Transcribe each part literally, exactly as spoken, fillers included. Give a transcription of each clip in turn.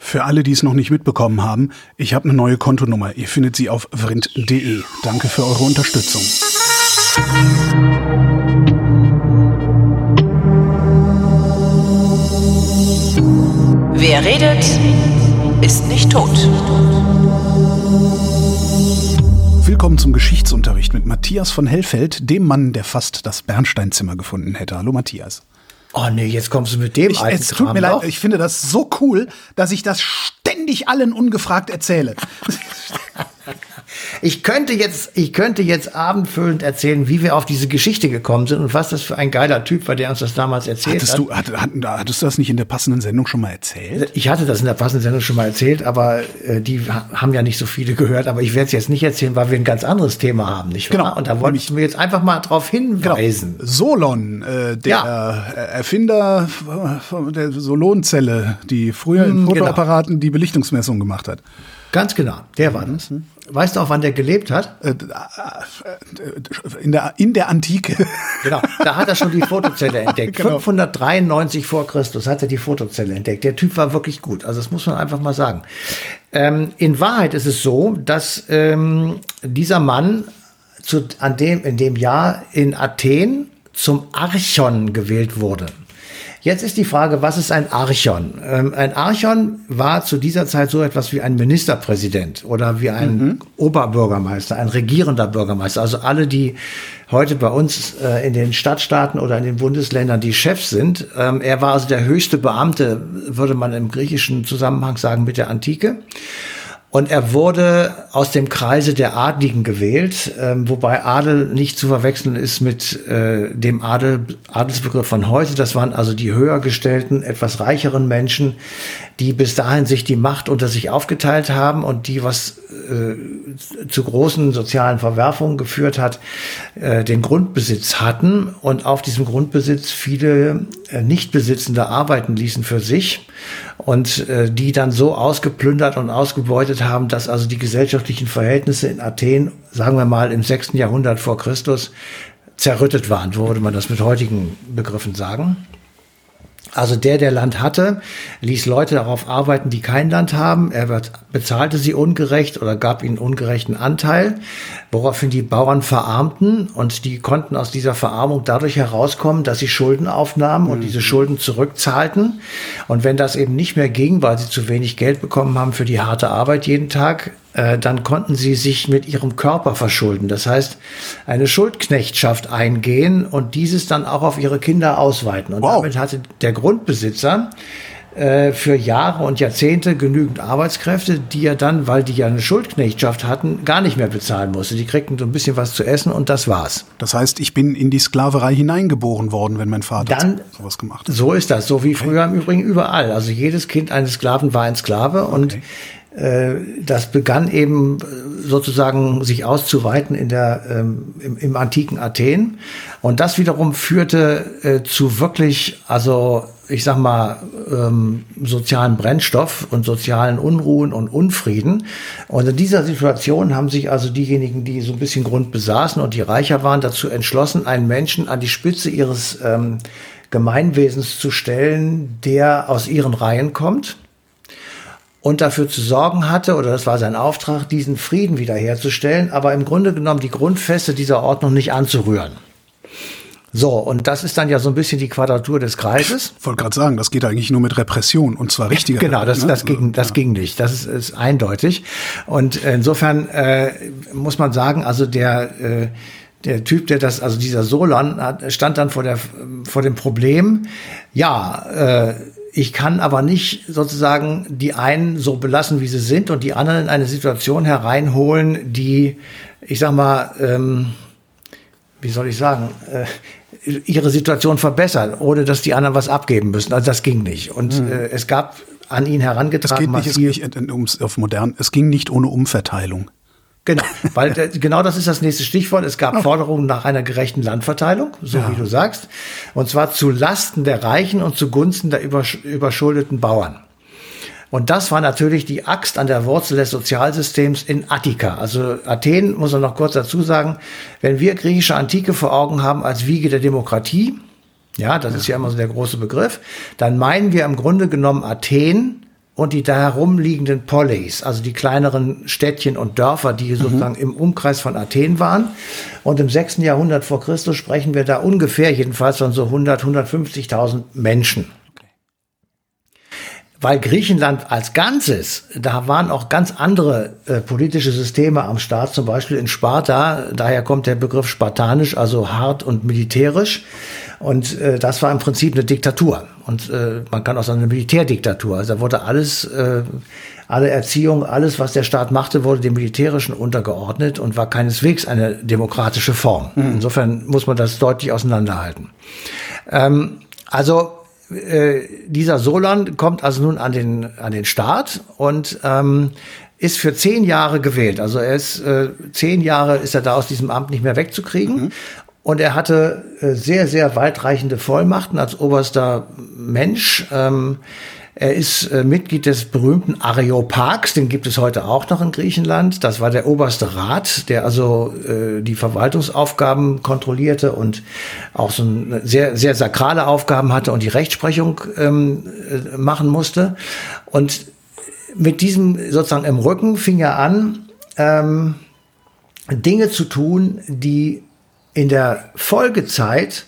Für alle, die es noch nicht mitbekommen haben, ich habe eine neue Kontonummer. Ihr findet sie auf vrind punkt de. Danke für eure Unterstützung. Wer redet, ist nicht tot. Willkommen zum Geschichtsunterricht mit Matthias von Hellfeld, dem Mann, der fast das Bernsteinzimmer gefunden hätte. Hallo Matthias. Oh nee, jetzt kommst du mit dem ich, alten Es tut Kram mir leid, noch. ich finde das so cool, dass ich das ständig allen ungefragt erzähle. Ich könnte jetzt, ich könnte jetzt abendfüllend erzählen, wie wir auf diese Geschichte gekommen sind und was das für ein geiler Typ war, der uns das damals erzählt hattest hat. Du, hat, hat, hattest du das nicht in der passenden Sendung schon mal erzählt? Ich hatte das in der passenden Sendung schon mal erzählt, aber äh, die ha- haben ja nicht so viele gehört. Aber ich werde es jetzt nicht erzählen, weil wir ein ganz anderes Thema haben, nicht wahr? Genau. Und da wollte ich mir jetzt einfach mal drauf hinweisen. Genau. Solon, äh, der Ja. Erfinder von der Solonzelle, die früher in Hm, Fotoapparaten die Belichtungsmessung gemacht hat. Ganz genau, der war das. Weißt du auch, wann der gelebt hat? In der, in der Antike. Genau, da hat er schon die Fotozelle entdeckt. Genau. fünfhundertdreiundneunzig vor Christus hat er die Fotozelle entdeckt. Der Typ war wirklich gut. Also das muss man einfach mal sagen. Ähm, in Wahrheit ist es so, dass ähm, dieser Mann zu, an dem, in dem Jahr in Athen zum Archon gewählt wurde. Jetzt ist die Frage, was ist ein Archon? Ähm, ein Archon war zu dieser Zeit so etwas wie ein Ministerpräsident oder wie ein mhm. Oberbürgermeister, ein regierender Bürgermeister. Also alle, die heute bei uns äh, in den Stadtstaaten oder in den Bundesländern die Chefs sind. Ähm, er war also der höchste Beamte, würde man im griechischen Zusammenhang sagen, mit der Antike. Und er wurde aus dem Kreise der Adligen gewählt, ähm, wobei Adel nicht zu verwechseln ist mit äh, dem Adel, Adelsbegriff von heute. Das waren also die höher gestellten, etwas reicheren Menschen, die bis dahin sich die Macht unter sich aufgeteilt haben und die, was äh, zu großen sozialen Verwerfungen geführt hat, äh, den Grundbesitz hatten und auf diesem Grundbesitz viele äh, nicht besitzende arbeiten ließen für sich und äh, die dann so ausgeplündert und ausgebeutet haben, dass also die gesellschaftlichen Verhältnisse in Athen, sagen wir mal im sechsten Jahrhundert vor Christus, zerrüttet waren. So würde man das mit heutigen Begriffen sagen. Also der, der Land hatte, ließ Leute darauf arbeiten, die kein Land haben. Er bezahlte sie ungerecht oder gab ihnen ungerechten Anteil, woraufhin die Bauern verarmten und die konnten aus dieser Verarmung dadurch herauskommen, dass sie Schulden aufnahmen und mhm. diese Schulden zurückzahlten. Und wenn das eben nicht mehr ging, weil sie zu wenig Geld bekommen haben für die harte Arbeit jeden Tag, äh, dann konnten sie sich mit ihrem Körper verschulden. Das heißt, eine Schuldknechtschaft eingehen und dieses dann auch auf ihre Kinder ausweiten. Und wow. damit hatte der Grundbesitzer äh, für Jahre und Jahrzehnte genügend Arbeitskräfte, die er dann, weil die ja eine Schuldknechtschaft hatten, gar nicht mehr bezahlen musste. Die kriegten so ein bisschen was zu essen und das war's. Das heißt, ich bin in die Sklaverei hineingeboren worden, wenn mein Vater dann, sowas gemacht hat. So ist das, so wie okay. früher im Übrigen überall. Also jedes Kind eines Sklaven war ein Sklave okay. und das begann eben sozusagen sich auszuweiten in der, ähm, im, im antiken Athen. Und das wiederum führte äh, zu wirklich, also ich sag mal, ähm, sozialen Brennstoff und sozialen Unruhen und Unfrieden. Und in dieser Situation haben sich also diejenigen, die so ein bisschen Grund besaßen und die reicher waren, dazu entschlossen, einen Menschen an die Spitze ihres ähm, Gemeinwesens zu stellen, der aus ihren Reihen kommt. Und dafür zu sorgen hatte, oder das war sein Auftrag, diesen Frieden wiederherzustellen, aber im Grunde genommen die Grundfeste dieser Ordnung nicht anzurühren. So, und das ist dann ja so ein bisschen die Quadratur des Kreises. Ich wollte gerade sagen, das geht eigentlich nur mit Repression, und zwar richtiger. Genau, das, ne? das, ging, das ja. ging nicht, das ist, ist eindeutig. Und insofern äh, muss man sagen, also der... Äh, Der Typ, der das, also dieser Solon, hat, stand dann vor der, vor dem Problem, ja, äh, ich kann aber nicht sozusagen die einen so belassen, wie sie sind und die anderen in eine Situation hereinholen, die, ich sag mal, ähm, wie soll ich sagen, äh, ihre Situation verbessern, ohne dass die anderen was abgeben müssen. Also das ging nicht. Und mhm. äh, es gab an ihn herangetragen, es geht nicht, es geht nicht ums, auf modern, es ging nicht ohne Umverteilung. Genau, weil äh, genau das ist das nächste Stichwort. Es gab oh. Forderungen nach einer gerechten Landverteilung, so ja. wie du sagst, und zwar zu Lasten der Reichen und zugunsten der übersch- überschuldeten Bauern. Und das war natürlich die Axt an der Wurzel des Sozialsystems in Attika. Also Athen, muss man noch kurz dazu sagen, wenn wir griechische Antike vor Augen haben als Wiege der Demokratie, ja, das ja. ist ja immer so der große Begriff, dann meinen wir im Grunde genommen Athen und die da herumliegenden Polis, also die kleineren Städtchen und Dörfer, die sozusagen mhm. im Umkreis von Athen waren. Und im sechsten Jahrhundert vor Christus sprechen wir da ungefähr jedenfalls von so hundert, hundertfünfzigtausend Menschen. Weil Griechenland als Ganzes, da waren auch ganz andere äh, politische Systeme am Start, zum Beispiel in Sparta, daher kommt der Begriff spartanisch, also hart und militärisch. Und äh, das war im Prinzip eine Diktatur. Und äh, man kann auch sagen, eine Militärdiktatur. Also da wurde alles, äh, alle Erziehung, alles, was der Staat machte, wurde dem Militärischen untergeordnet und war keineswegs eine demokratische Form. Mhm. Insofern muss man das deutlich auseinanderhalten. Ähm, also äh, dieser Solon kommt also nun an den, an den Start und ähm, ist für zehn Jahre gewählt. Also er ist äh, zehn Jahre ist er da aus diesem Amt nicht mehr wegzukriegen. Mhm. Und er hatte äh, sehr, sehr weitreichende Vollmachten als oberster Mensch. Ähm, er ist äh, Mitglied des berühmten Areopags, den gibt es heute auch noch in Griechenland. Das war der oberste Rat, der also äh, die Verwaltungsaufgaben kontrollierte und auch so eine sehr, sehr sakrale Aufgaben hatte und die Rechtsprechung ähm, äh, machen musste. Und mit diesem sozusagen im Rücken fing er an, ähm, Dinge zu tun, die in der Folgezeit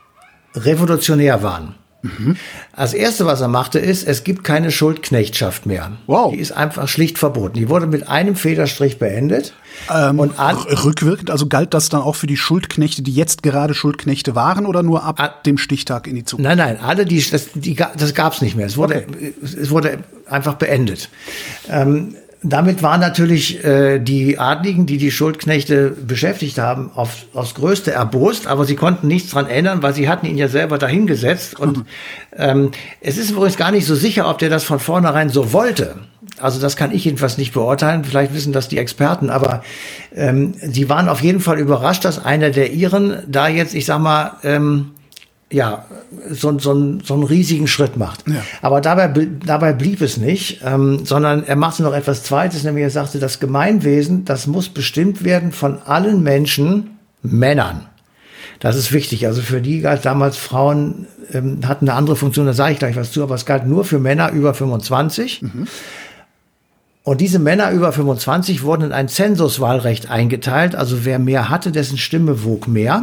revolutionär waren. Mhm. Das Erste, was er machte, ist, es gibt keine Schuldknechtschaft mehr. Wow. Die ist einfach schlicht verboten. Die wurde mit einem Federstrich beendet. Ähm, und an rückwirkend, also galt das dann auch für die Schuldknechte, die jetzt gerade Schuldknechte waren, oder nur ab a- dem Stichtag in die Zukunft? Nein, nein, alle, die, das, die, das gab's nicht mehr. Es wurde, okay. es wurde einfach beendet. Ähm, Damit waren natürlich äh, die Adligen, die die Schuldknechte beschäftigt haben, auf, aufs Größte erbost, aber sie konnten nichts dran ändern, weil sie hatten ihn ja selber dahingesetzt. Und mhm. ähm, es ist übrigens gar nicht so sicher, ob der das von vornherein so wollte. Also das kann ich jedenfalls nicht beurteilen, vielleicht wissen das die Experten, aber ähm, sie waren auf jeden Fall überrascht, dass einer der ihren da jetzt, ich sag mal, ähm, ja, so, so, so einen riesigen Schritt macht. Ja. Aber dabei, dabei blieb es nicht, ähm, sondern er machte noch etwas Zweites, nämlich er sagte, das Gemeinwesen, das muss bestimmt werden von allen Menschen, Männern. Das ist wichtig. Also für die galt damals, Frauen ähm, hatten eine andere Funktion, da sage ich gleich was zu, aber es galt nur für Männer über fünfundzwanzig. Mhm. Und diese Männer über fünfundzwanzig wurden in ein Zensuswahlrecht eingeteilt. Also wer mehr hatte, dessen Stimme wog mehr.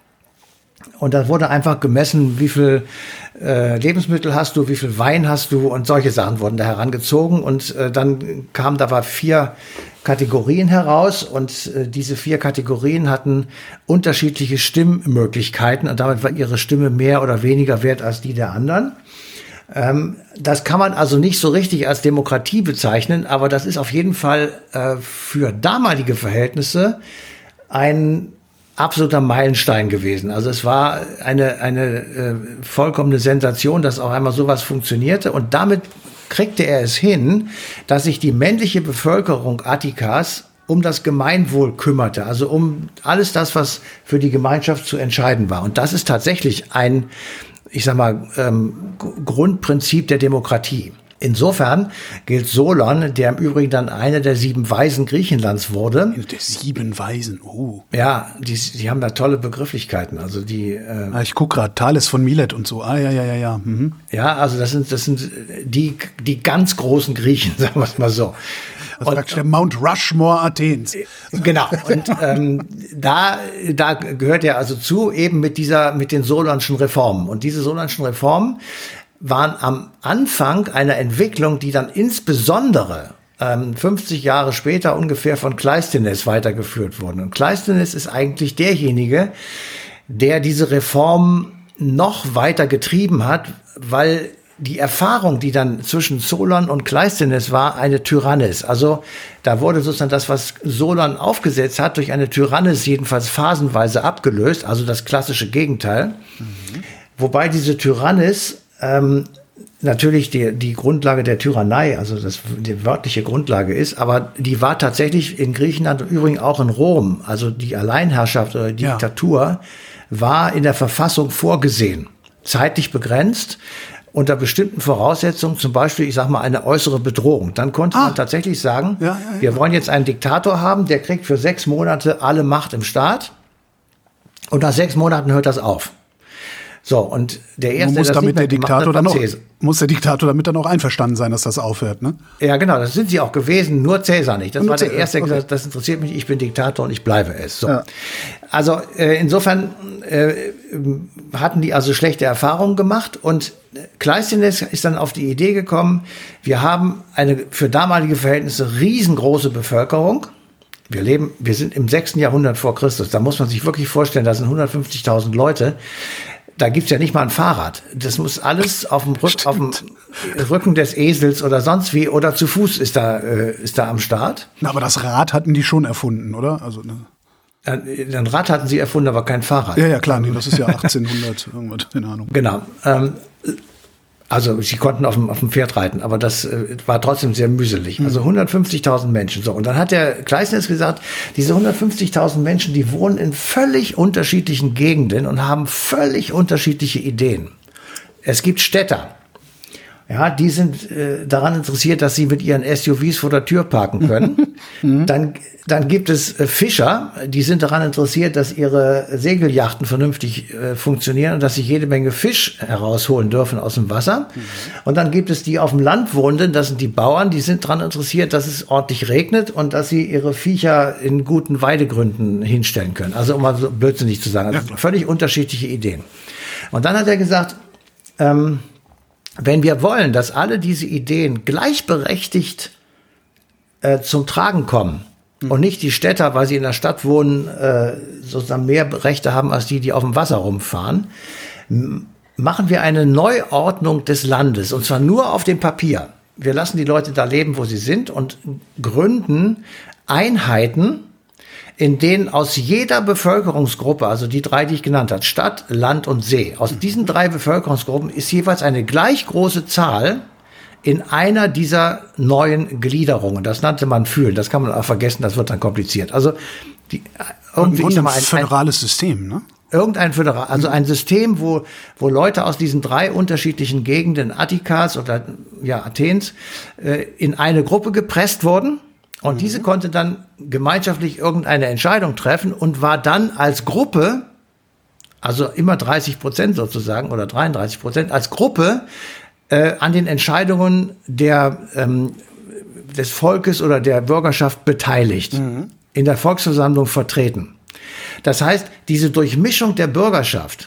Und da wurde einfach gemessen, wie viel äh, Lebensmittel hast du, wie viel Wein hast du und solche Sachen wurden da herangezogen. Und äh, dann kamen da war vier Kategorien heraus und äh, diese vier Kategorien hatten unterschiedliche Stimmmöglichkeiten und damit war ihre Stimme mehr oder weniger wert als die der anderen. Ähm, das kann man also nicht so richtig als Demokratie bezeichnen, aber das ist auf jeden Fall äh, für damalige Verhältnisse ein absoluter Meilenstein gewesen. Also es war eine, eine äh, vollkommene Sensation, dass auch einmal sowas funktionierte. Und damit kriegte er es hin, dass sich die männliche Bevölkerung Attikas um das Gemeinwohl kümmerte. Also um alles das, was für die Gemeinschaft zu entscheiden war. Und das ist tatsächlich ein, ich sag mal, ähm, Grundprinzip der Demokratie. Insofern gilt Solon, der im Übrigen dann einer der sieben Weisen Griechenlands wurde. Der sieben Weisen, oh. Ja, die, die haben da tolle Begrifflichkeiten. Also die. Äh, ah, ich gucke gerade Thales von Milet und so. Ah ja ja ja ja. Mhm. Ja, also das sind das sind die die ganz großen Griechen, sagen wir es mal so. Das ist praktisch der Mount Rushmore Athens. Genau. Und ähm, da da gehört er also zu eben mit dieser mit den Solonschen Reformen. Und diese Solonschen Reformen waren am Anfang einer Entwicklung, die dann insbesondere ähm, fünfzig Jahre später ungefähr von Kleisthenes weitergeführt wurden. Und Kleisthenes ist eigentlich derjenige, der diese Reform noch weiter getrieben hat, weil die Erfahrung, die dann zwischen Solon und Kleisthenes war, eine Tyrannis. Also da wurde sozusagen das, was Solon aufgesetzt hat, durch eine Tyrannis jedenfalls phasenweise abgelöst, also das klassische Gegenteil. Mhm. Wobei diese Tyrannis Ähm, natürlich die, die Grundlage der Tyrannei, also das, die wörtliche Grundlage ist, aber die war tatsächlich in Griechenland und übrigens auch in Rom, also die Alleinherrschaft oder die ja. Diktatur war in der Verfassung vorgesehen, zeitlich begrenzt, unter bestimmten Voraussetzungen, zum Beispiel, ich sag mal, eine äußere Bedrohung. Dann konnte ah. man tatsächlich sagen, ja, ja, ja. wir wollen jetzt einen Diktator haben, der kriegt für sechs Monate alle Macht im Staat und nach sechs Monaten hört das auf. So, und der erste, muss der das damit nicht der mehr gemacht Diktator hat, dann war auch, Caesar. muss der Diktator damit dann auch einverstanden sein, dass das aufhört, ne? Ja, genau, das sind sie auch gewesen, nur Caesar nicht. Das Nur war der Caesar, erste, der okay. gesagt hat, das interessiert mich, ich bin Diktator und ich bleibe es. So. Ja. Also äh, insofern äh, hatten die also schlechte Erfahrungen gemacht und Kleisthenes ist dann auf die Idee gekommen, wir haben eine für damalige Verhältnisse riesengroße Bevölkerung. Wir leben, wir sind im sechsten Jahrhundert vor Christus. Da muss man sich wirklich vorstellen, da sind hundertfünfzigtausend Leute. Da gibt's ja nicht mal ein Fahrrad. Das muss alles auf dem, Rück, auf dem Rücken des Esels oder sonst wie oder zu Fuß ist da, äh, ist da am Start. Na, aber das Rad hatten die schon erfunden, oder? Also, ne? Ein Rad hatten sie erfunden, aber kein Fahrrad. Ja, ja, klar, nee, das ist ja achtzehnhundert, irgendwas, keine Ahnung. Genau. Ähm, also sie konnten auf dem, auf dem Pferd reiten, aber das äh, war trotzdem sehr mühselig. Also hundertfünfzigtausend Menschen. So, und dann hat der Kleisthenes gesagt, diese hundertfünfzigtausend Menschen, die wohnen in völlig unterschiedlichen Gegenden und haben völlig unterschiedliche Ideen. Es gibt Städter. Ja, die sind äh, daran interessiert, dass sie mit ihren S U Vs vor der Tür parken können. dann, dann gibt es äh, Fischer, die sind daran interessiert, dass ihre Segelyachten vernünftig äh, funktionieren und dass sie jede Menge Fisch herausholen dürfen aus dem Wasser. Mhm. Und dann gibt es die auf dem Land Wohnenden, das sind die Bauern, die sind daran interessiert, dass es ordentlich regnet und dass sie ihre Viecher in guten Weidegründen hinstellen können. Also um mal so blödsinnig zu sagen, also ja, völlig unterschiedliche Ideen. Und dann hat er gesagt, ähm, wenn wir wollen, dass alle diese Ideen gleichberechtigt äh, zum Tragen kommen mhm. und nicht die Städter, weil sie in der Stadt wohnen, äh, sozusagen mehr Rechte haben als die, die auf dem Wasser rumfahren, m- machen wir eine Neuordnung des Landes und zwar nur auf dem Papier. Wir lassen die Leute da leben, wo sie sind und gründen Einheiten, in denen aus jeder Bevölkerungsgruppe, also die drei, die ich genannt habe, Stadt, Land und See, aus diesen drei Bevölkerungsgruppen ist jeweils eine gleich große Zahl in einer dieser neuen Gliederungen. Das nannte man Fühlen. Das kann man auch vergessen, das wird dann kompliziert. Also die, irgendwie Und ich sag mal, ein ein, föderales System, ne? Irgendein Föderal, also ein System, wo, wo Leute aus diesen drei unterschiedlichen Gegenden Attikas oder ja, Athens äh, in eine Gruppe gepresst wurden. Und mhm. diese konnte dann gemeinschaftlich irgendeine Entscheidung treffen und war dann als Gruppe, also immer dreißig Prozent sozusagen oder dreiunddreißig Prozent, als Gruppe äh, an den Entscheidungen der, ähm, des Volkes oder der Bürgerschaft beteiligt, mhm. in der Volksversammlung vertreten. Das heißt, diese Durchmischung der Bürgerschaft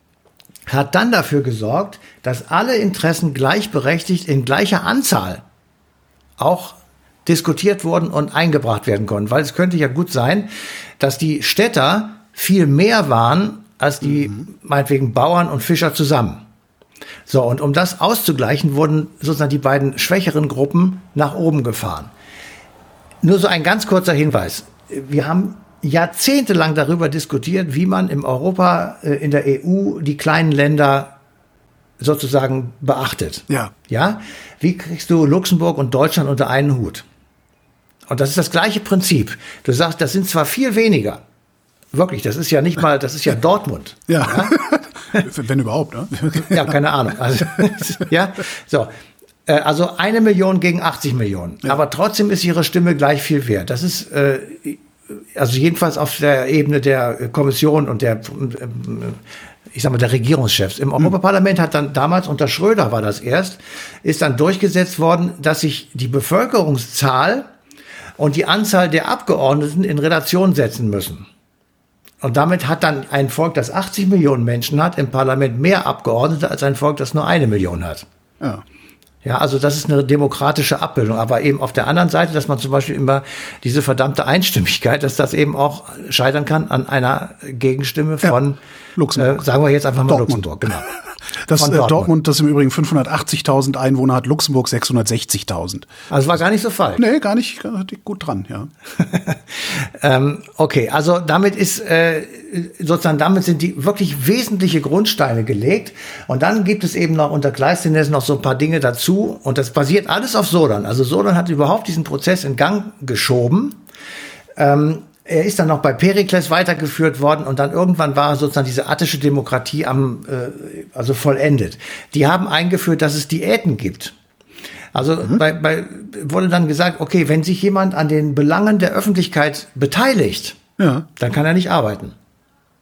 hat dann dafür gesorgt, dass alle Interessen gleichberechtigt in gleicher Anzahl auch diskutiert wurden und eingebracht werden konnten. Weil es könnte ja gut sein, dass die Städter viel mehr waren als die, mhm. meinetwegen, Bauern und Fischer zusammen. So, und um das auszugleichen, wurden sozusagen die beiden schwächeren Gruppen nach oben gefahren. Nur so ein ganz kurzer Hinweis. Wir haben jahrzehntelang darüber diskutiert, wie man im Europa, äh, in der E U, die kleinen Länder sozusagen beachtet. Ja. Ja? Wie kriegst du Luxemburg und Deutschland unter einen Hut? Und das ist das gleiche Prinzip. Du sagst, das sind zwar viel weniger. Wirklich, das ist ja nicht mal, das ist ja Dortmund. Ja. ja? Wenn überhaupt, ne? Ja, keine Ahnung. Also, ja, so. Also eine Million gegen achtzig Millionen. Ja. Aber trotzdem ist ihre Stimme gleich viel wert. Das ist, äh, also jedenfalls auf der Ebene der Kommission und der, ich sag mal, der Regierungschefs. Im Europaparlament hat dann damals, unter Schröder war das erst, ist dann durchgesetzt worden, dass sich die Bevölkerungszahl und die Anzahl der Abgeordneten in Relation setzen müssen. Und damit hat dann ein Volk, das achtzig Millionen Menschen hat, im Parlament mehr Abgeordnete als ein Volk, das nur eine Million hat. Ja. Ja, also das ist eine demokratische Abbildung, aber eben auf der anderen Seite, dass man zum Beispiel immer diese verdammte Einstimmigkeit, dass das eben auch scheitern kann an einer Gegenstimme von, ja, Luxemburg. Äh, sagen wir jetzt einfach mal Dortmund. Luxemburg, genau. Das äh, Dortmund. Dortmund, das im Übrigen fünfhundertachtzigtausend Einwohner hat, Luxemburg sechshundertsechzigtausend. Also war gar nicht so falsch. Nee, gar nicht, gut dran, ja. ähm, okay, also damit ist äh, sozusagen, damit sind die wirklich wesentliche Grundsteine gelegt. Und dann gibt es eben noch unter Kleisthenes noch so ein paar Dinge dazu. Und das basiert alles auf Sodan. Also Sodan hat überhaupt diesen Prozess in Gang geschoben. Ähm, Er ist dann noch bei Perikles weitergeführt worden und dann irgendwann war sozusagen diese attische Demokratie am, äh, also vollendet. Die haben eingeführt, dass es Diäten gibt. Also mhm. bei, bei, wurde dann gesagt, okay, wenn sich jemand an den Belangen der Öffentlichkeit beteiligt, ja, dann kann er nicht arbeiten.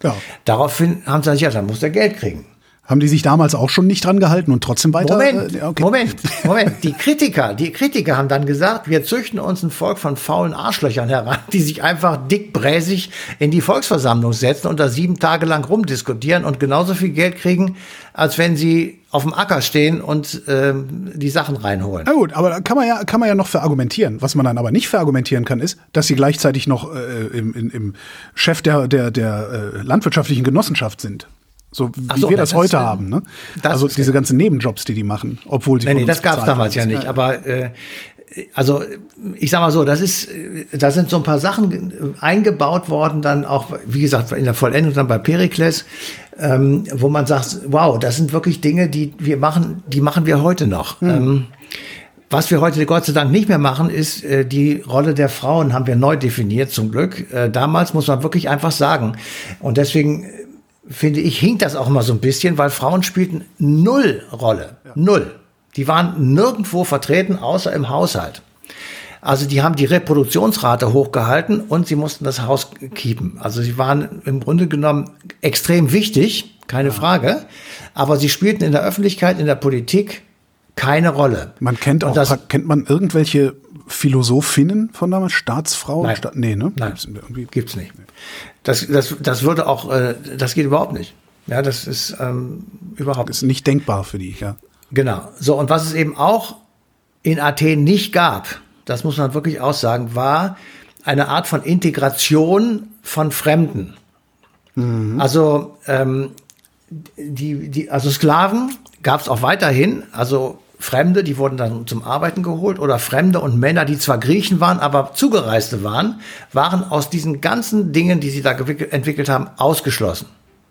Ja. Daraufhin haben sie gesagt, ja, dann muss der Geld kriegen. Haben die sich damals auch schon nicht dran gehalten und trotzdem weiter? Moment, äh, okay. Moment, Moment. Die Kritiker, die Kritiker haben dann gesagt, wir züchten uns ein Volk von faulen Arschlöchern heran, die sich einfach dickbräsig in die Volksversammlung setzen und da sieben Tage lang rumdiskutieren und genauso viel Geld kriegen, als wenn sie auf dem Acker stehen und ähm, die Sachen reinholen. Na gut, aber da kann man ja, kann man ja noch verargumentieren. Was man dann aber nicht verargumentieren kann, ist, dass sie gleichzeitig noch äh, im, im, im Chef der, der, der äh, landwirtschaftlichen Genossenschaft sind. So wie so, wir das, das heute das, haben, ne? Also diese ganzen Nebenjobs, die die machen, obwohl sie nee, nee, das gab es damals ja nicht. Aber äh, also ich sag mal so, das ist, da sind so ein paar Sachen eingebaut worden, dann auch, wie gesagt, in der Vollendung dann bei Perikles, ähm, wo man sagt, wow, das sind wirklich Dinge, die wir machen, die machen wir heute noch. Mhm. Ähm, was wir heute Gott sei Dank nicht mehr machen, ist äh, die Rolle der Frauen haben wir neu definiert, zum Glück. Äh, damals muss man wirklich einfach sagen. Und deswegen finde ich, hinkt das auch immer so ein bisschen, weil Frauen spielten null Rolle. Ja. Null. Die waren nirgendwo vertreten, außer im Haushalt. Also die haben die Reproduktionsrate hochgehalten und sie mussten das Haus keepen. Also sie waren im Grunde genommen extrem wichtig, keine ja. Frage. Aber sie spielten in der Öffentlichkeit, in der Politik keine Rolle. Man kennt auch, das, kennt man irgendwelche Philosophinnen von damals? Staatsfrauen? Nein. Sta- nee, ne? Nein, gibt's nicht. Das, das, das würde auch, äh, das geht überhaupt nicht. Ja, das ist ähm, überhaupt. Das ist nicht denkbar für die, ja. Genau. So, und was es eben auch in Athen nicht gab, das muss man wirklich aussagen, war eine Art von Integration von Fremden. Mhm. Also, ähm, die, die, also Sklaven gab es auch weiterhin, also Fremde, die wurden dann zum Arbeiten geholt, oder Fremde und Männer, die zwar Griechen waren, aber Zugereiste waren, waren aus diesen ganzen Dingen, die sie da entwickelt haben, ausgeschlossen.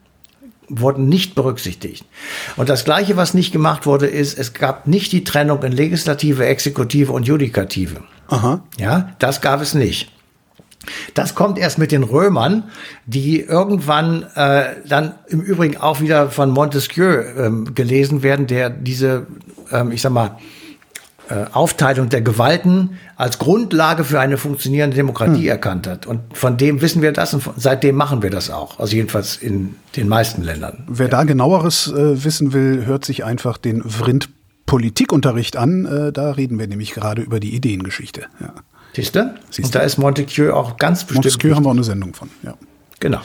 Wurden nicht berücksichtigt. Und das Gleiche, was nicht gemacht wurde, ist, es gab nicht die Trennung in Legislative, Exekutive und Judikative. Aha. Ja, das gab es nicht. Das kommt erst mit den Römern, die irgendwann äh, dann im Übrigen auch wieder von Montesquieu ähm, gelesen werden, der diese, ähm, ich sag mal, äh, Aufteilung der Gewalten als Grundlage für eine funktionierende Demokratie hm. erkannt hat. Und von dem wissen wir das und von, seitdem machen wir das auch. Also jedenfalls in den meisten Ländern. Wer ja. da genaueres äh, wissen will, hört sich einfach den Vrind Politikunterricht an. Äh, da reden wir nämlich gerade über die Ideengeschichte. Ja. Siehst du? Und da ist Montesquieu auch ganz bestimmt. Montesquieu haben wir auch eine Sendung von, ja. Genau.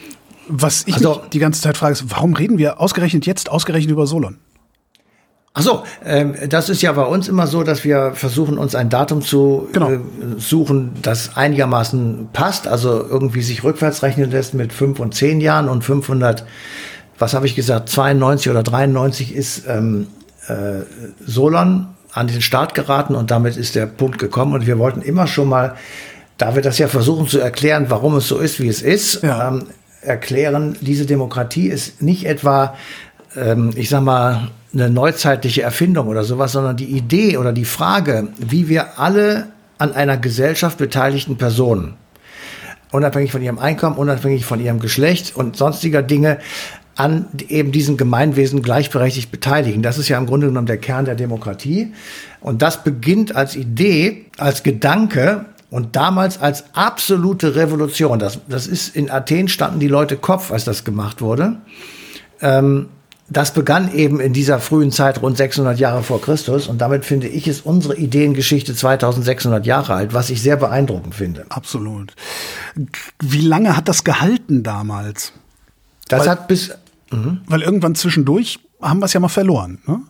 Was ich also, mich die ganze Zeit frage, ist, warum reden wir ausgerechnet jetzt, ausgerechnet über Solon? Ach so, ähm, das ist ja bei uns immer so, dass wir versuchen, uns ein Datum zu genau. äh, suchen, das einigermaßen passt, also irgendwie sich rückwärts rechnen lässt mit fünf und zehn Jahren und fünfhundert, was habe ich gesagt, zweiundneunzig oder dreiundneunzig ist ähm, äh, Solon an den Start geraten und damit ist der Punkt gekommen und wir wollten immer schon mal, da wir das ja versuchen zu erklären, warum es so ist, wie es ist, ja. ähm, erklären, diese Demokratie ist nicht etwa, ähm, ich sag mal, eine neuzeitliche Erfindung oder sowas, sondern die Idee oder die Frage, wie wir alle an einer Gesellschaft beteiligten Personen, unabhängig von ihrem Einkommen, unabhängig von ihrem Geschlecht und sonstiger Dinge, an eben diesem Gemeinwesen gleichberechtigt beteiligen. Das ist ja im Grunde genommen der Kern der Demokratie. Und das beginnt als Idee, als Gedanke und damals als absolute Revolution. Das, das ist in Athen standen die Leute Kopf, als das gemacht wurde. Ähm, das begann eben in dieser frühen Zeit, rund sechshundert Jahre vor Christus. Und damit finde ich, ist unsere Ideengeschichte zweitausendsechshundert Jahre alt, was ich sehr beeindruckend finde. Absolut. Wie lange hat das gehalten damals? Das weil, hat bis... Mhm. Weil irgendwann zwischendurch haben wir es ja mal verloren. Ne?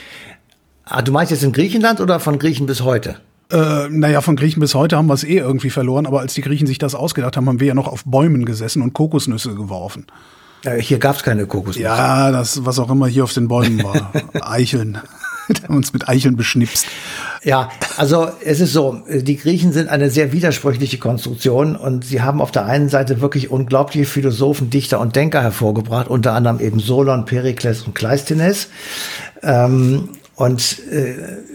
Ah, du meinst jetzt in Griechenland oder von Griechen bis heute? Äh, naja, von Griechen bis heute haben wir es eh irgendwie verloren. Aber als die Griechen sich das ausgedacht haben, haben wir ja noch auf Bäumen gesessen und Kokosnüsse geworfen. Äh, hier gab es keine Kokosnüsse. Ja, das, was auch immer hier auf den Bäumen war. Eicheln. Wir haben uns mit Eicheln beschnipst. Ja, also es ist so, die Griechen sind eine sehr widersprüchliche Konstruktion und sie haben auf der einen Seite wirklich unglaubliche Philosophen, Dichter und Denker hervorgebracht, unter anderem eben Solon, Perikles und Kleisthenes. Ähm, und äh,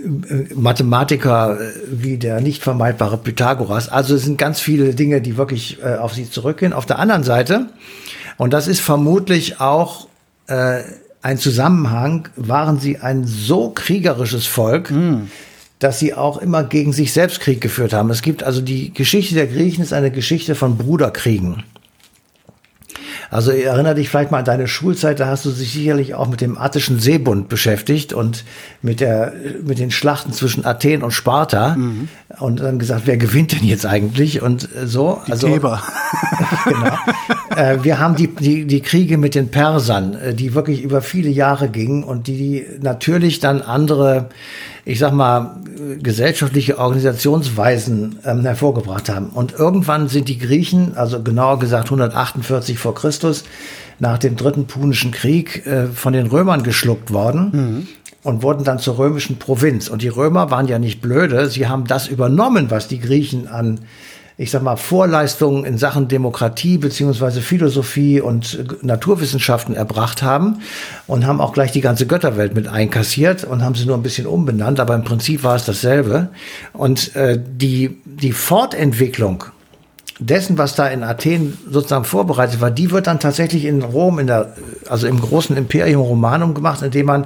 Mathematiker wie der nicht vermeidbare Pythagoras. Also es sind ganz viele Dinge, die wirklich äh, auf sie zurückgehen. Auf der anderen Seite, und das ist vermutlich auch äh, ein Zusammenhang, waren sie ein so kriegerisches Volk, mm. dass sie auch immer gegen sich selbst Krieg geführt haben. Es gibt also die Geschichte der Griechen ist eine Geschichte von Bruderkriegen. Also erinnere dich vielleicht mal an deine Schulzeit, da hast du dich sicherlich auch mit dem Attischen Seebund beschäftigt und mit der mit den Schlachten zwischen Athen und Sparta mhm. und dann gesagt, wer gewinnt denn jetzt eigentlich und so. Die also Theber. Genau. äh, wir haben die, die die Kriege mit den Persern, die wirklich über viele Jahre gingen und die natürlich dann andere, ich sag mal, gesellschaftliche Organisationsweisen ähm, hervorgebracht haben. Und irgendwann sind die Griechen, also genauer gesagt hundertachtundvierzig vor Christus, nach dem dritten Punischen Krieg äh, von den Römern geschluckt worden mhm. und wurden dann zur römischen Provinz. Und die Römer waren ja nicht blöde, sie haben das übernommen, was die Griechen an, ich sag mal, Vorleistungen in Sachen Demokratie beziehungsweise Philosophie und Naturwissenschaften erbracht haben und haben auch gleich die ganze Götterwelt mit einkassiert und haben sie nur ein bisschen umbenannt, aber im Prinzip war es dasselbe. Und äh, die, die Fortentwicklung dessen, was da in Athen sozusagen vorbereitet war, die wird dann tatsächlich in Rom, in der, also im großen Imperium Romanum gemacht, indem man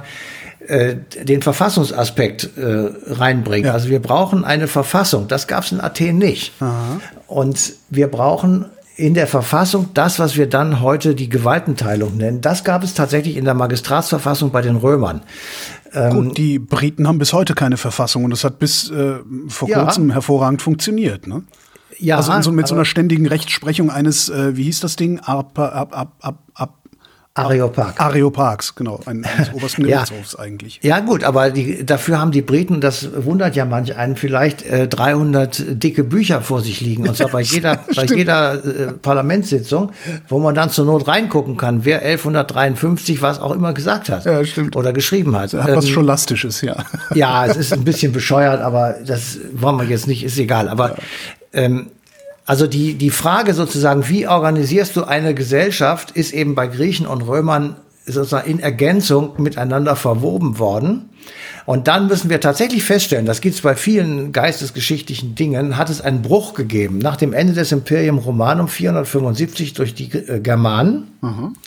den Verfassungsaspekt äh, reinbringen. Ja. Also wir brauchen eine Verfassung. Das gab es in Athen nicht. Aha. Und wir brauchen in der Verfassung das, was wir dann heute die Gewaltenteilung nennen. Das gab es tatsächlich in der Magistratsverfassung bei den Römern. Ähm, Gut, die Briten haben bis heute keine Verfassung und das hat bis äh, vor ja. kurzem hervorragend funktioniert, ne? Ja, also in so, mit so einer ständigen Rechtsprechung eines, äh, wie hieß das Ding? Ab, ab, ab, ab, ab Areopag. Areopags, genau, ein, eines obersten Gerichtshofs ja. eigentlich. Ja gut, aber die, dafür haben die Briten, das wundert ja manch einen, vielleicht äh, dreihundert dicke Bücher vor sich liegen. Und zwar bei jeder, bei jeder äh, Parlamentssitzung, wo man dann zur Not reingucken kann, wer elfhundertdreiundfünfzig was auch immer gesagt hat. Ja, stimmt. Oder geschrieben hat. Hat ähm, was Scholastisches, ja. Ja, es ist ein bisschen bescheuert, aber das wollen wir jetzt nicht, ist egal. Aber ja. ähm, Also die, die Frage sozusagen, wie organisierst du eine Gesellschaft, ist eben bei Griechen und Römern sozusagen in Ergänzung miteinander verwoben worden. Und dann müssen wir tatsächlich feststellen, das gibt es bei vielen geistesgeschichtlichen Dingen, hat es einen Bruch gegeben. Nach dem Ende des Imperium Romanum vierhundertfünfundsiebzig durch die äh, Germanen mhm.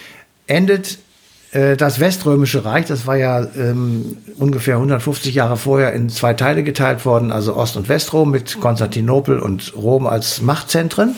endet das Weströmische Reich, das war ja ähm, ungefähr hundertfünfzig Jahre vorher in zwei Teile geteilt worden, also Ost- und Westrom mit Konstantinopel und Rom als Machtzentren.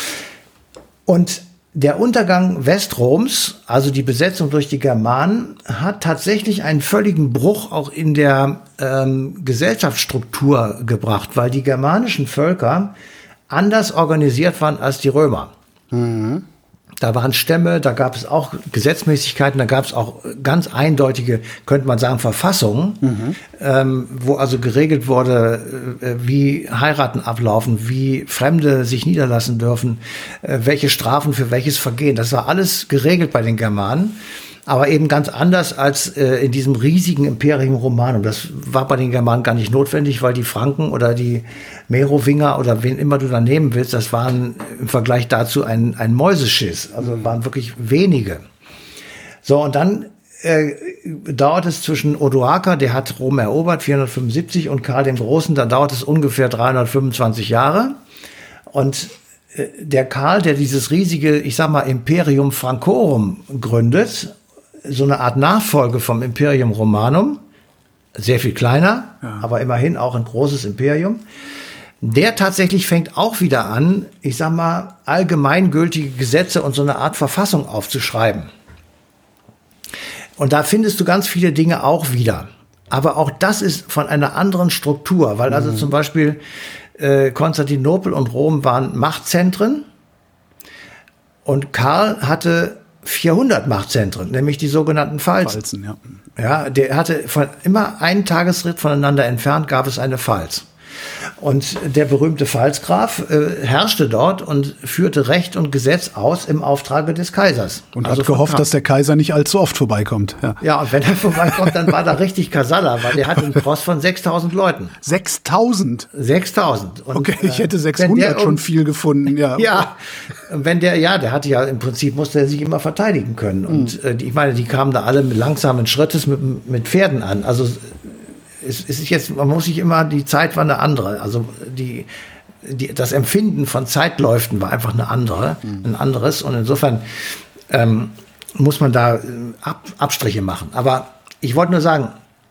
Und der Untergang Westroms, also die Besetzung durch die Germanen, hat tatsächlich einen völligen Bruch auch in der ähm, Gesellschaftsstruktur gebracht, weil die germanischen Völker anders organisiert waren als die Römer. Mhm. Da waren Stämme, da gab es auch Gesetzmäßigkeiten, da gab es auch ganz eindeutige, könnte man sagen, Verfassungen, mhm. ähm, wo also geregelt wurde, äh, wie Heiraten ablaufen, wie Fremde sich niederlassen dürfen, äh, welche Strafen für welches Vergehen. Das war alles geregelt bei den Germanen, aber eben ganz anders als äh, in diesem riesigen Imperium Romanum. Das war bei den Germanen gar nicht notwendig, weil die Franken oder die Merowinger oder wen immer du da nehmen willst, das waren im Vergleich dazu ein, ein Mäuseschiss. Also waren wirklich wenige. So, und dann äh, dauert es zwischen Odoaker, der hat Rom erobert, vierhundertfünfundsiebzig, und Karl dem Großen, da dauert es ungefähr dreihundertfünfundzwanzig Jahre. Und äh, der Karl, der dieses riesige, ich sag mal, Imperium Francorum gründet, so eine Art Nachfolge vom Imperium Romanum, sehr viel kleiner, ja. aber immerhin auch ein großes Imperium. Der tatsächlich fängt auch wieder an, ich sag mal, allgemeingültige Gesetze und so eine Art Verfassung aufzuschreiben. Und da findest du ganz viele Dinge auch wieder. Aber auch das ist von einer anderen Struktur, weil also mhm. zum Beispiel äh, Konstantinopel und Rom waren Machtzentren und Karl hatte vierhundert Machtzentren, nämlich die sogenannten Pfalzen. Pfalzen ja. Ja, der hatte von immer einen Tagesritt voneinander entfernt, gab es eine Pfalz. Und der berühmte Pfalzgraf äh, herrschte dort und führte Recht und Gesetz aus im Auftrage des Kaisers. Und also hat gehofft, dass der Kaiser nicht allzu oft vorbeikommt. Ja, ja, und wenn er vorbeikommt, dann war da richtig Kasala, weil der hatte einen Tross von sechstausend Leuten. sechstausend? sechstausend. Und, okay, ich hätte sechshundert schon viel gefunden. Ja, ja, wenn der, ja, der hatte ja im Prinzip, musste er sich immer verteidigen können. Und äh, ich meine, die kamen da alle mit langsamen Schrittes mit, mit Pferden an. Also es ist jetzt, man muss sich immer, die Zeit war eine andere. Also die, die, das Empfinden von Zeitläuften war einfach eine andere, mhm. ein anderes. Und insofern ähm, muss man da Ab, Abstriche machen. Aber ich wollte nur sagen,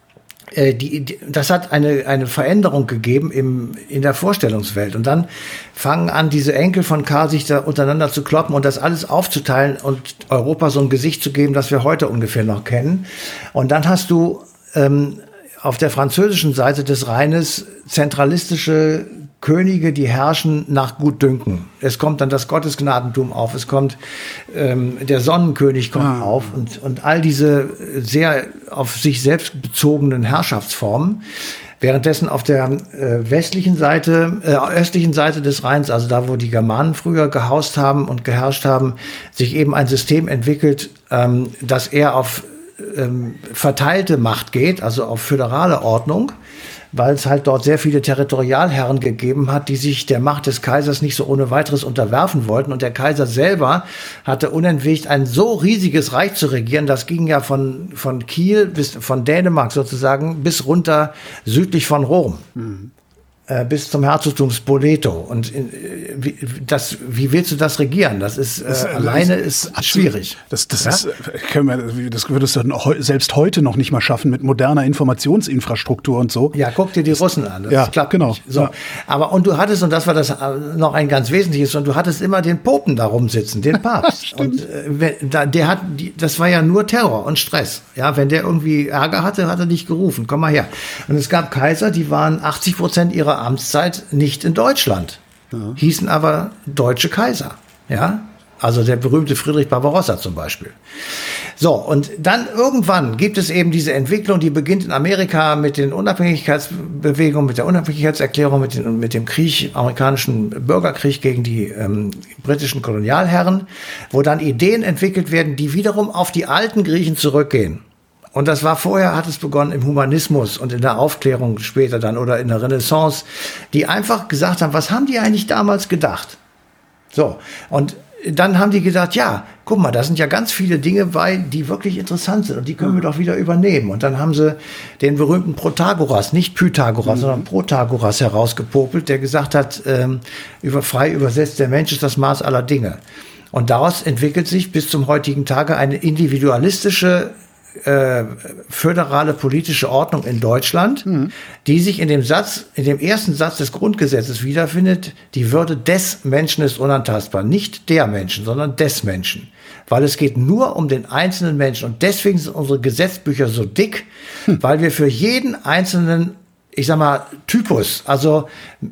Die, die, das hat eine, eine Veränderung gegeben im, in der Vorstellungswelt. Und dann fangen an, diese Enkel von Karl sich da untereinander zu kloppen und das alles aufzuteilen und Europa so ein Gesicht zu geben, das wir heute ungefähr noch kennen. Und dann hast du ähm, auf der französischen Seite des Rheines zentralistische Könige, die herrschen nach Gutdünken. Es kommt dann das Gottesgnadentum auf, es kommt ähm, der Sonnenkönig kommt ah. auf und, und all diese sehr auf sich selbst bezogenen Herrschaftsformen. Währenddessen auf der äh, westlichen Seite, äh, östlichen Seite des Rheins, also da, wo die Germanen früher gehaust haben und geherrscht haben, sich eben ein System entwickelt, ähm, das eher auf ähm, verteilte Macht geht, also auf föderale Ordnung, weil es halt dort sehr viele Territorialherren gegeben hat, die sich der Macht des Kaisers nicht so ohne weiteres unterwerfen wollten. Und der Kaiser selber hatte unentwegt ein so riesiges Reich zu regieren, das ging ja von, von Kiel bis, von Dänemark sozusagen, bis runter südlich von Rom. Mhm. Bis zum Herzogtum Spoleto. Und äh, wie, das, wie willst du das regieren? Das ist äh, das, alleine ist, ist schwierig. Das, das, ja? ist, können wir, das würdest du selbst heute noch nicht mal schaffen mit moderner Informationsinfrastruktur und so. Ja, guck dir die Russen an. Das ja, klappt genau. Nicht. So. Ja. Aber und du hattest, und das war das noch ein ganz Wesentliches, und du hattest immer den Popen da rumsitzen, den Papst. Und äh, da, der hat, die, das war ja nur Terror und Stress. Ja, wenn der irgendwie Ärger hatte, hat er dich gerufen. Komm mal her. Und es gab Kaiser, die waren achtzig Prozent ihrer Amtszeit nicht in Deutschland, ja. hießen aber deutsche Kaiser, ja, also der berühmte Friedrich Barbarossa zum Beispiel. So, und dann irgendwann gibt es eben diese Entwicklung, die beginnt in Amerika mit den Unabhängigkeitsbewegungen, mit der Unabhängigkeitserklärung, mit, den, mit dem Krieg, amerikanischen Bürgerkrieg gegen die ähm, britischen Kolonialherren, wo dann Ideen entwickelt werden, die wiederum auf die alten Griechen zurückgehen. Und das war vorher, hat es begonnen im Humanismus und in der Aufklärung später dann oder in der Renaissance, die einfach gesagt haben, was haben die eigentlich damals gedacht? So, und dann haben die gedacht, ja, guck mal, da sind ja ganz viele Dinge bei, die wirklich interessant sind und die können wir doch wieder übernehmen. Und dann haben sie den berühmten Protagoras, nicht Pythagoras, mhm. sondern Protagoras herausgepopelt, der gesagt hat, ähm, über, frei übersetzt, der Mensch ist das Maß aller Dinge. Und daraus entwickelt sich bis zum heutigen Tage eine individualistische Äh, föderale politische Ordnung in Deutschland, mhm. die sich in dem Satz, in dem ersten Satz des Grundgesetzes wiederfindet, die Würde des Menschen ist unantastbar. Nicht der Menschen, sondern des Menschen. Weil es geht nur um den einzelnen Menschen. Und deswegen sind unsere Gesetzbücher so dick, hm. weil wir für jeden einzelnen, ich sag mal, Typus, also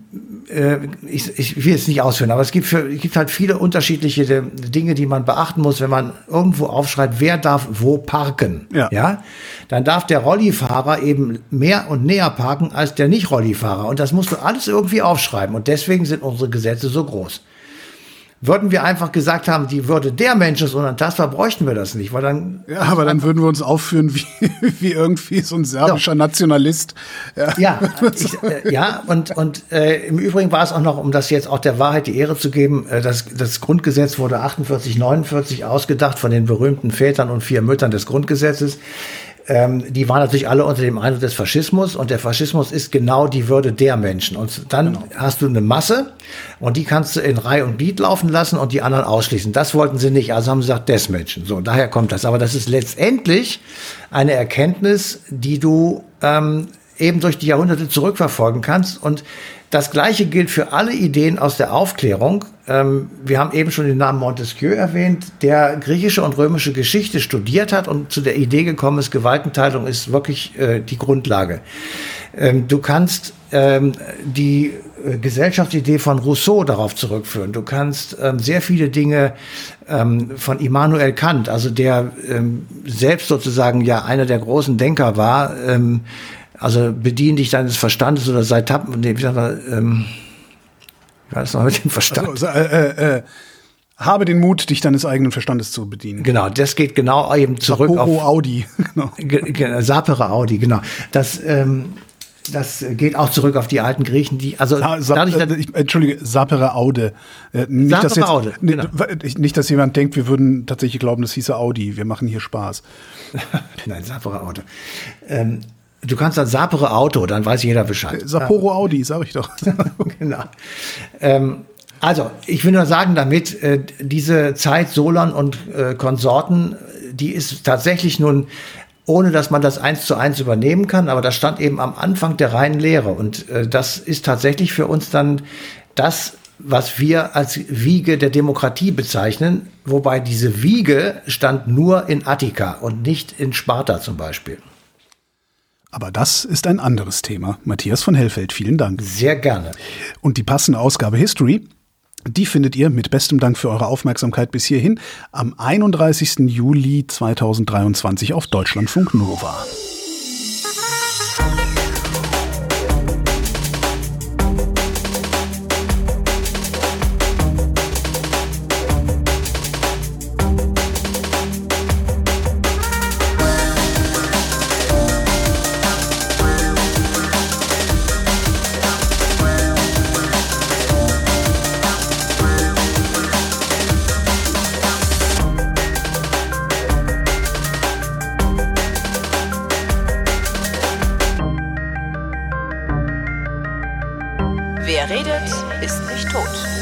äh, ich, ich will jetzt nicht ausführen, aber es gibt, für, es gibt halt viele unterschiedliche Dinge, die man beachten muss, wenn man irgendwo aufschreibt, wer darf wo parken. Ja. Ja? Dann darf der Rollifahrer eben mehr und näher parken als der Nicht-Rollifahrer. Und das musst du alles irgendwie aufschreiben. Und deswegen sind unsere Gesetze so groß. Würden wir einfach gesagt haben, die Würde der Mensch ist unantastbar, bräuchten wir das nicht, weil dann. Ja, aber dann würden wir uns aufführen wie, wie irgendwie so ein serbischer so. Nationalist. Ja, ja, ich, äh, ja und, und äh, im Übrigen war es auch noch, um das jetzt auch der Wahrheit die Ehre zu geben, äh, das, das Grundgesetz wurde achtundvierzig, neunundvierzig ausgedacht von den berühmten Vätern und vier Müttern des Grundgesetzes. Ähm, die waren natürlich alle unter dem Eindruck des Faschismus und der Faschismus ist genau die Würde der Menschen. Und dann genau. hast du eine Masse und die kannst du in Reihe und Glied laufen lassen und die anderen ausschließen. Das wollten sie nicht, also haben sie gesagt, des Menschen. So, daher kommt das. Aber das ist letztendlich eine Erkenntnis, die du ähm, eben durch die Jahrhunderte zurückverfolgen kannst. Und das Gleiche gilt für alle Ideen aus der Aufklärung. Ähm, wir haben eben schon den Namen Montesquieu erwähnt, der griechische und römische Geschichte studiert hat und zu der Idee gekommen ist, Gewaltenteilung ist wirklich äh, die Grundlage. Ähm, du kannst ähm, die äh, Gesellschaftsidee von Rousseau darauf zurückführen. Du kannst ähm, sehr viele Dinge ähm, von Immanuel Kant, also der ähm, selbst sozusagen ja einer der großen Denker war, ähm, also bedien dich deines Verstandes oder sei tappen. Nee, wie sagt er, ähm, wie war das noch mit dem Verstand? Also, äh, äh, habe den Mut, dich deines eigenen Verstandes zu bedienen. Genau, das geht genau eben zurück Sapere auf Audi. Genau. G- g- Sapere Audi, genau. Das, ähm, das geht auch zurück auf die alten Griechen, die also Sa- Sa- dadurch, äh, ich, Entschuldige, Sapere Aude. Äh, nicht, Sapere dass jetzt, Aude, genau. nicht, nicht, dass jemand denkt, wir würden tatsächlich glauben, das hieße Audi. Wir machen hier Spaß. Nein, Sapere Aude. Ähm, Du kannst dann Sapere Auto, dann weiß jeder Bescheid. Sapporo Audi, sag ich doch. Genau. Ähm, also, ich will nur sagen damit, äh, diese Zeit Solon und äh, Konsorten, die ist tatsächlich nun ohne dass man das eins zu eins übernehmen kann. Aber das stand eben am Anfang der reinen Lehre. Und äh, das ist tatsächlich für uns dann das, was wir als Wiege der Demokratie bezeichnen. Wobei diese Wiege stand nur in Attika und nicht in Sparta zum Beispiel. Aber das ist ein anderes Thema. Matthias von Hellfeld, vielen Dank. Sehr gerne. Und die passende Ausgabe History, die findet ihr mit bestem Dank für eure Aufmerksamkeit bis hierhin am einunddreißigsten Juli zweitausenddreiundzwanzig auf Deutschlandfunk Nova. Wer redet, ist nicht tot.